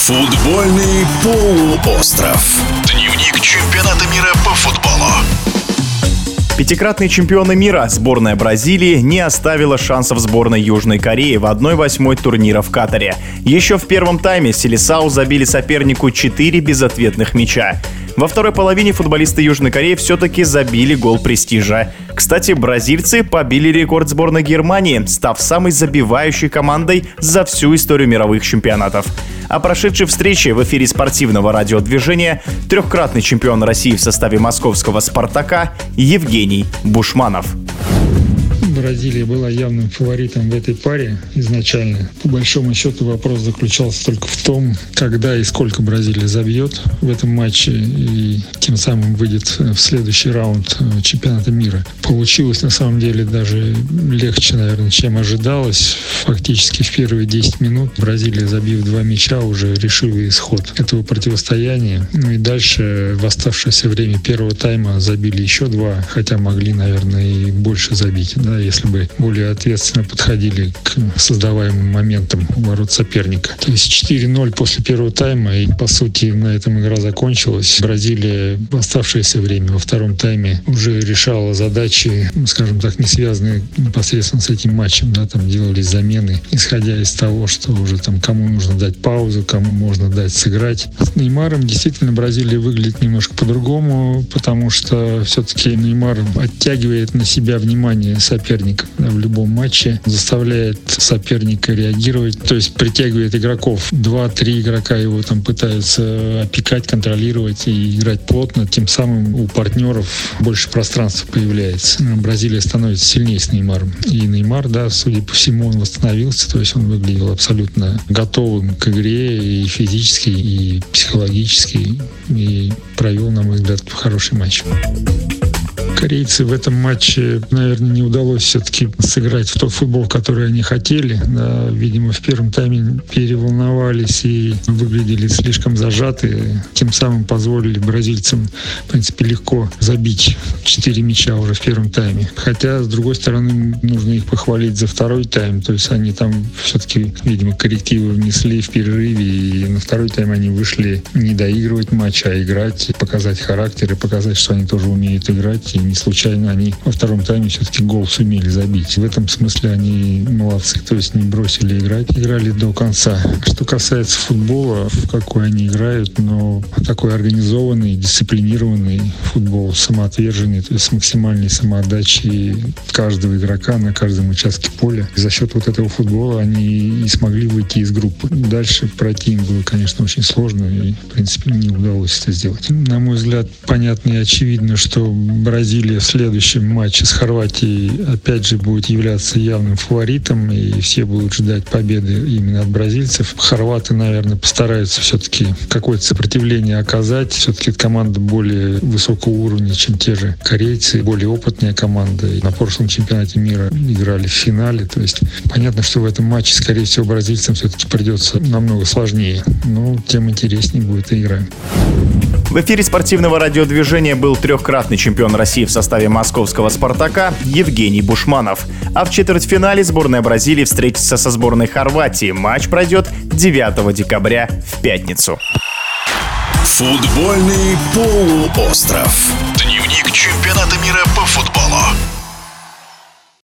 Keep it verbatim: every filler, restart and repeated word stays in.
Футбольный полуостров. Дневник чемпионата мира по футболу. Пятикратные чемпионы мира сборная Бразилии не оставила шансов сборной Южной Кореи в одной восьмой турнира в Катаре. Еще в первом тайме Селисау забили сопернику четыре безответных мяча. Во второй половине футболисты Южной Кореи все-таки забили гол престижа. Кстати, бразильцы побили рекорд сборной Германии, став самой забивающей командой за всю историю мировых чемпионатов. О прошедшей встрече в эфире спортивного радиодвижения трехкратный чемпион России в составе московского «Спартака» Евгений Бушманов. Бразилия была явным фаворитом в этой паре изначально. По большому счету вопрос заключался только в том, когда и сколько Бразилия забьет в этом матче и тем самым выйдет в следующий раунд чемпионата мира. Получилось на самом деле даже легче, наверное, чем ожидалось. Фактически в первые десять минут Бразилия, забив два мяча, уже решила исход этого противостояния. Ну и дальше в оставшееся время первого тайма забили еще два, хотя могли, наверное, и больше забить, да, если бы более ответственно подходили к создаваемым моментам у ворот соперника. То есть четыре ноль после первого тайма, и по сути на этом игра закончилась. Бразилия в оставшееся время во втором тайме уже решала задачи, скажем так, не связанные непосредственно с этим матчем, да, там делались замены, исходя из того, что уже там кому нужно дать паузу, кому можно дать сыграть. С Неймаром действительно Бразилия выглядит немножко по-другому, потому что все-таки Неймар оттягивает на себя внимание соперника в любом матче, заставляет соперника реагировать, то есть притягивает игроков. Два-три игрока его там пытаются опекать, контролировать и играть плотно, тем самым у партнеров больше пространства появляется. Бразилия становится сильнее с Неймаром. И Неймар, да, судя по всему, он восстановился, то есть он выглядел абсолютно готовым к игре и физически, и психологически, и провел, на мой взгляд, хороший матч. Корейцы в этом матче, наверное, не удалось все-таки сыграть в тот футбол, который они хотели. Да, видимо, в первом тайме переволновались и выглядели слишком зажаты. Тем самым позволили бразильцам, в принципе, легко забить четыре мяча уже в первом тайме. Хотя, с другой стороны, нужно их похвалить за второй тайм. То есть они там все-таки, видимо, коррективы внесли в перерыве, и на второй тайм они вышли не доигрывать матч, а играть, показать характер и показать, что они тоже умеют играть. И не случайно они во втором тайме все-таки гол сумели забить. В этом смысле они молодцы, то есть не бросили играть, играли до конца. Что касается футбола, в какой они играют, но такой организованный, дисциплинированный футбол, самоотверженный, то есть с максимальной самоотдачей каждого игрока на каждом участке поля. За счет вот этого футбола они и смогли выйти из группы. Дальше пройти им было, конечно, очень сложно, и, в принципе, не удалось это сделать. На мой взгляд, понятно и очевидно, что Бразилия в следующем матче с Хорватией опять же будет являться явным фаворитом, и все будут ждать победы именно от бразильцев. Хорваты, наверное, постараются все-таки какое-то сопротивление оказать. Все-таки это команда более высокого уровня, чем те же корейцы, более опытная команда. И на прошлом чемпионате мира играли в финале. То есть понятно, что в этом матче, скорее всего, бразильцам все-таки придется намного сложнее. Но тем интереснее будет и игра. В эфире спортивного радиодвижения был трехкратный чемпион России в составе московского «Спартака» Евгений Бушманов. А в четвертьфинале сборная Бразилии встретится со сборной Хорватии. Матч пройдет девятого декабря в пятницу. Футбольный полуостров. Дневник чемпионата мира по футболу.